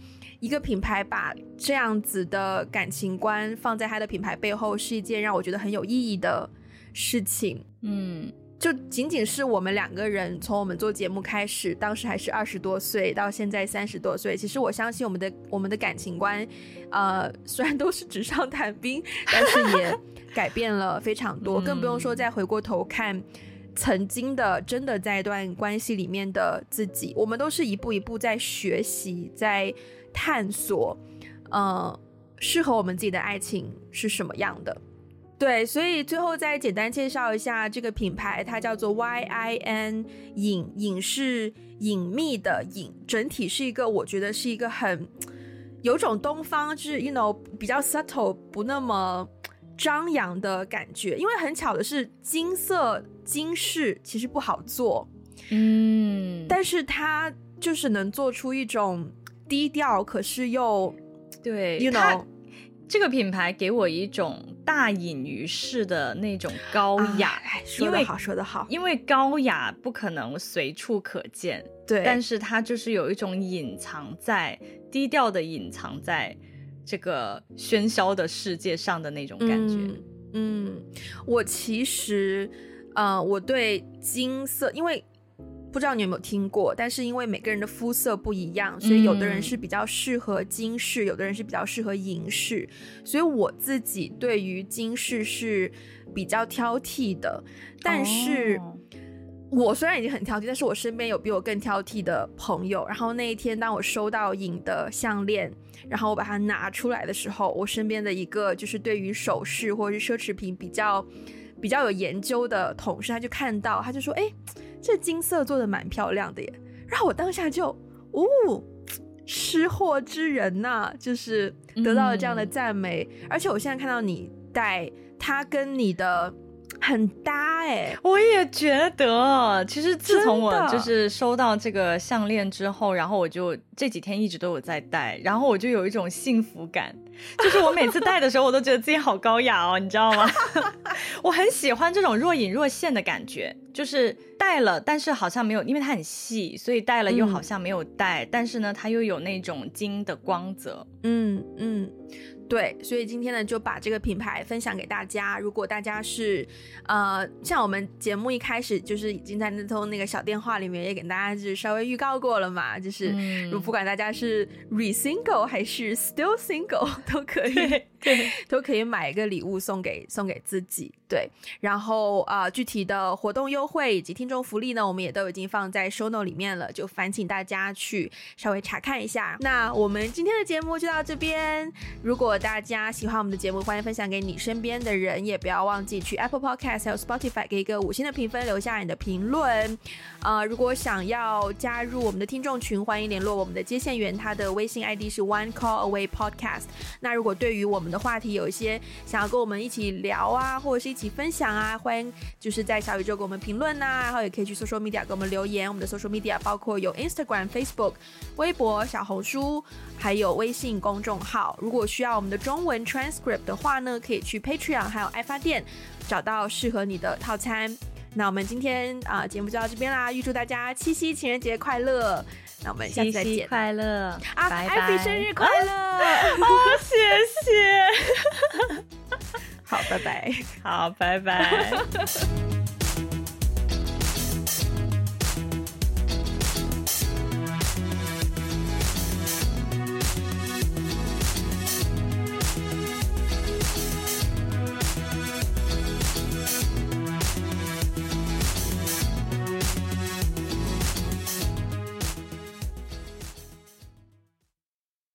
一个品牌把这样子的感情观放在它的品牌背后是一件让我觉得很有意义的事情。 嗯， 就仅仅是我们两个人从我们做节目开始，当时还是二十多岁，到现在三十多岁，其实我相信我们的我们的感情观呃，虽然都是纸上谈兵，但是也改变了非常多更不用说再回过头看曾经的真的在一段关系里面的自己，我们都是一步一步在学习，在探索呃，适合我们自己的爱情是什么样的。对，所以最后再简单介绍一下这个品牌，它叫做 Y I N 隐，隐是隐秘的隐，整体是一个我觉得是一个很有种东方就是 you know 比较 subtle 不那么张扬的感觉。因为很巧的是金色金饰其实不好做， 嗯， 但是它就是能做出一种低调可是又对 you know 这个品牌给我一种大隐于市的那种高雅、啊、 说得好说得好， 因为高雅不可能随处可见， 对， 但是它就是有一种隐藏在低调的隐藏在这个喧嚣的世界上的那种感觉。 嗯, 嗯我其实呃，我对金色，因为不知道你有没有听过，但是因为每个人的肤色不一样，所以有的人是比较适合金饰、嗯、有的人是比较适合银饰，所以我自己对于金饰是比较挑剔的。但是、哦、我虽然已经很挑剔，但是我身边有比我更挑剔的朋友，然后那一天当我收到银的项链，然后我把它拿出来的时候，我身边的一个就是对于首饰或者是奢侈品比较比较有研究的同事，他就看到，他就说哎，这金色做的蛮漂亮的耶。然后我当下就哦，识货之人呐、啊，就是得到了这样的赞美、嗯、而且我现在看到你戴它跟你的很搭哎， 我也觉得。其实自从我就是收到这个项链之后，然后我就这几天一直都有在戴，然后我就有一种幸福感，就是我每次戴的时候我都觉得自己好高雅哦，你知道吗？我很喜欢这种若隐若现的感觉，就是戴了但是好像没有，因为它很细，所以戴了又好像没有戴、嗯、但是呢它又有那种金的光泽。 嗯嗯，对，所以今天呢就把这个品牌分享给大家。如果大家是呃，像我们节目一开始就是已经在那通那个小电话里面也给大家就是稍微预告过了嘛，就是、嗯、如果不管大家是 re-single 还是 still single 都可以对对都可以买一个礼物送给送给自己。对，然后呃，具体的活动优惠以及听众福利呢，我们也都已经放在 show note 里面了，就烦请大家去稍微查看一下。那我们今天的节目就到这边，如果大家喜欢我们的节目，欢迎分享给你身边的人，也不要忘记去 Apple Podcast 还有 Spotify 给一个五星的评分，留下你的评论。呃，如果想要加入我们的听众群，欢迎联络我们的接线员，他的微信 I D 是 One Call Away Podcast。那如果对于我们的话题有一些想要跟我们一起聊啊，或者是一起分享啊，欢迎就是在小宇宙给我们评论啊，然后也可以去 social media 给我们留言。我们的 social media 包括有 Instagram、Facebook、微博、小红书，还有微信公众号。如果需要我们的中文 transcript 的话呢，可以去 Patreon 还有爱发电找到适合你的套餐。那我们今天啊、呃、节目就到这边啦，预祝大家七夕情人节快乐。那我们下次再见。 七夕快乐啊， 拜拜，艾比生日快乐、 啊、哦，谢谢。 好，拜拜。 好，拜拜。